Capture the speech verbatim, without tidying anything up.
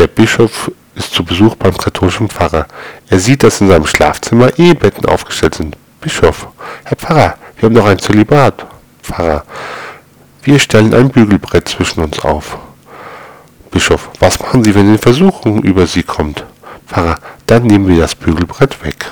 Der Bischof ist zu Besuch beim katholischen Pfarrer. Er sieht, dass in seinem Schlafzimmer Ehebetten aufgestellt sind. Bischof: Herr Pfarrer, wir haben doch ein Zölibat. Pfarrer: Wir stellen ein Bügelbrett zwischen uns auf. Bischof: Was machen Sie, wenn eine Versuchung über Sie kommt? Pfarrer: Dann nehmen wir das Bügelbrett weg.